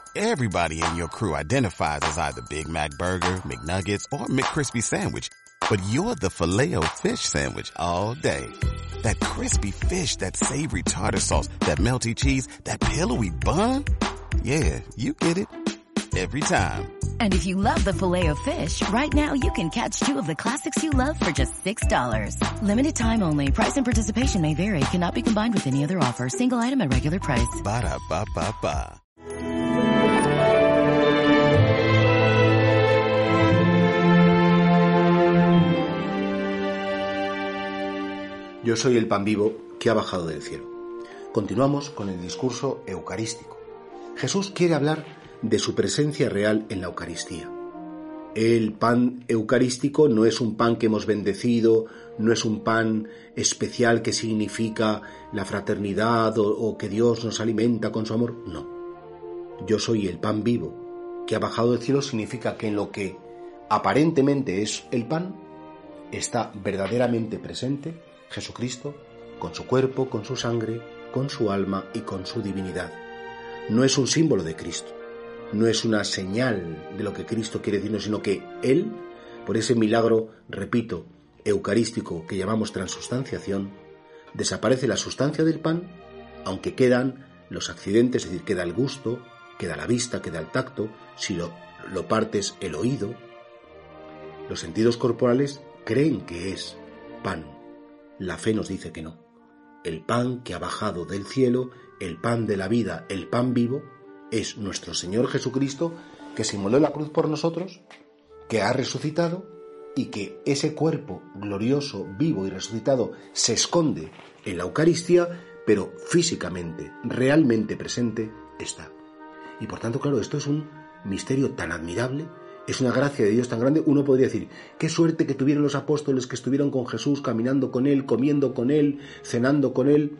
Everybody in your crew identifies as either Big Mac Burger, McNuggets, or McCrispy Sandwich. But you're the Filet-O-Fish Sandwich all day. That crispy fish, that savory tartar sauce, that melty cheese, that pillowy bun. Yeah, you get it. Every time. And if you love the Filet-O-Fish, right now you can catch 2 of the classics you love for just $6. Limited time only. Price and participation may vary. Cannot be combined with any other offer. Single item at regular price. Ba-da-ba-ba-ba. Yo soy el pan vivo que ha bajado del cielo. Continuamos con el discurso eucarístico. Jesús quiere hablar de su presencia real en la Eucaristía. El pan eucarístico no es un pan que hemos bendecido, no es un pan especial que significa la fraternidad o que Dios nos alimenta con su amor. No. Yo soy el pan vivo que ha bajado del cielo significa que en lo que aparentemente es el pan está verdaderamente presente Jesucristo, con su cuerpo, con su sangre, con su alma y con su divinidad. No es un símbolo de Cristo, no es una señal de lo que Cristo quiere decirnos, sino que Él, por ese milagro, repito, eucarístico que llamamos transustanciación, desaparece la sustancia del pan, aunque quedan los accidentes, es decir, queda el gusto, queda la vista, queda el tacto, si lo partes el oído. Los sentidos corporales creen que es pan. La fe nos dice que no. El pan que ha bajado del cielo, el pan de la vida, el pan vivo, es nuestro Señor Jesucristo, que se inmoló en la cruz por nosotros, que ha resucitado y que ese cuerpo glorioso, vivo y resucitado se esconde en la Eucaristía, pero físicamente, realmente presente está. Y por tanto, claro, esto es un misterio tan admirable. Es una gracia de Dios tan grande. Uno podría decir, qué suerte que tuvieron los apóstoles que estuvieron con Jesús, caminando con Él, comiendo con Él, cenando con Él.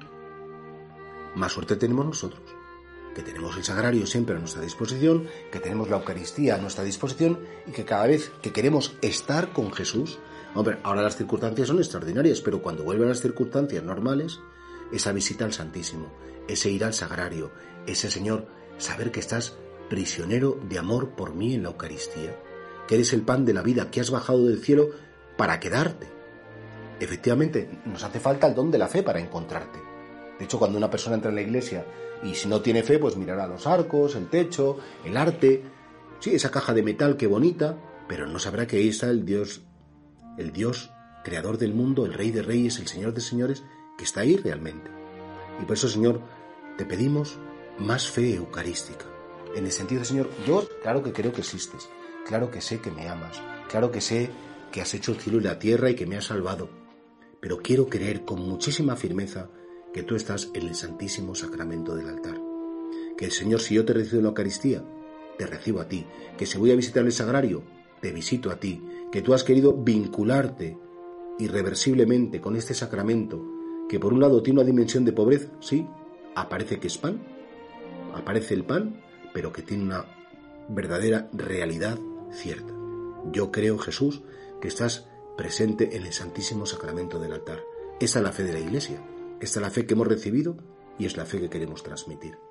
Más suerte tenemos nosotros, que tenemos el sagrario siempre a nuestra disposición, que tenemos la Eucaristía a nuestra disposición y que cada vez que queremos estar con Jesús, hombre, ahora las circunstancias son extraordinarias, pero cuando vuelven las circunstancias normales, esa visita al Santísimo, ese ir al sagrario, ese Señor, saber que estás prisionero de amor por mí en la Eucaristía, que eres el pan de la vida, que has bajado del cielo para quedarte. Efectivamente, nos hace falta el don de la fe para encontrarte. De hecho, cuando una persona entra en la iglesia y si no tiene fe, pues mirará los arcos, el techo, el arte, sí, esa caja de metal, qué bonita, pero no sabrá que ahí está el Dios creador del mundo, el Rey de Reyes, el Señor de Señores, que está ahí realmente. Y por eso, Señor, te pedimos más fe eucarística. En el sentido de, Señor, yo claro que creo que existes, claro que sé que me amas, claro que sé que has hecho el cielo y la tierra y que me has salvado, pero quiero creer con muchísima firmeza que tú estás en el Santísimo Sacramento del altar. Que el Señor, si yo te recibo en la Eucaristía, te recibo a ti. Que si voy a visitar el sagrario, te visito a ti. Que tú has querido vincularte irreversiblemente con este sacramento, que por un lado tiene una dimensión de pobreza, sí, aparece que es pan, aparece el pan, pero que tiene una verdadera realidad cierta. Yo creo, Jesús, que estás presente en el Santísimo Sacramento del altar. Esa es la fe de la Iglesia, esta es la fe que hemos recibido y es la fe que queremos transmitir.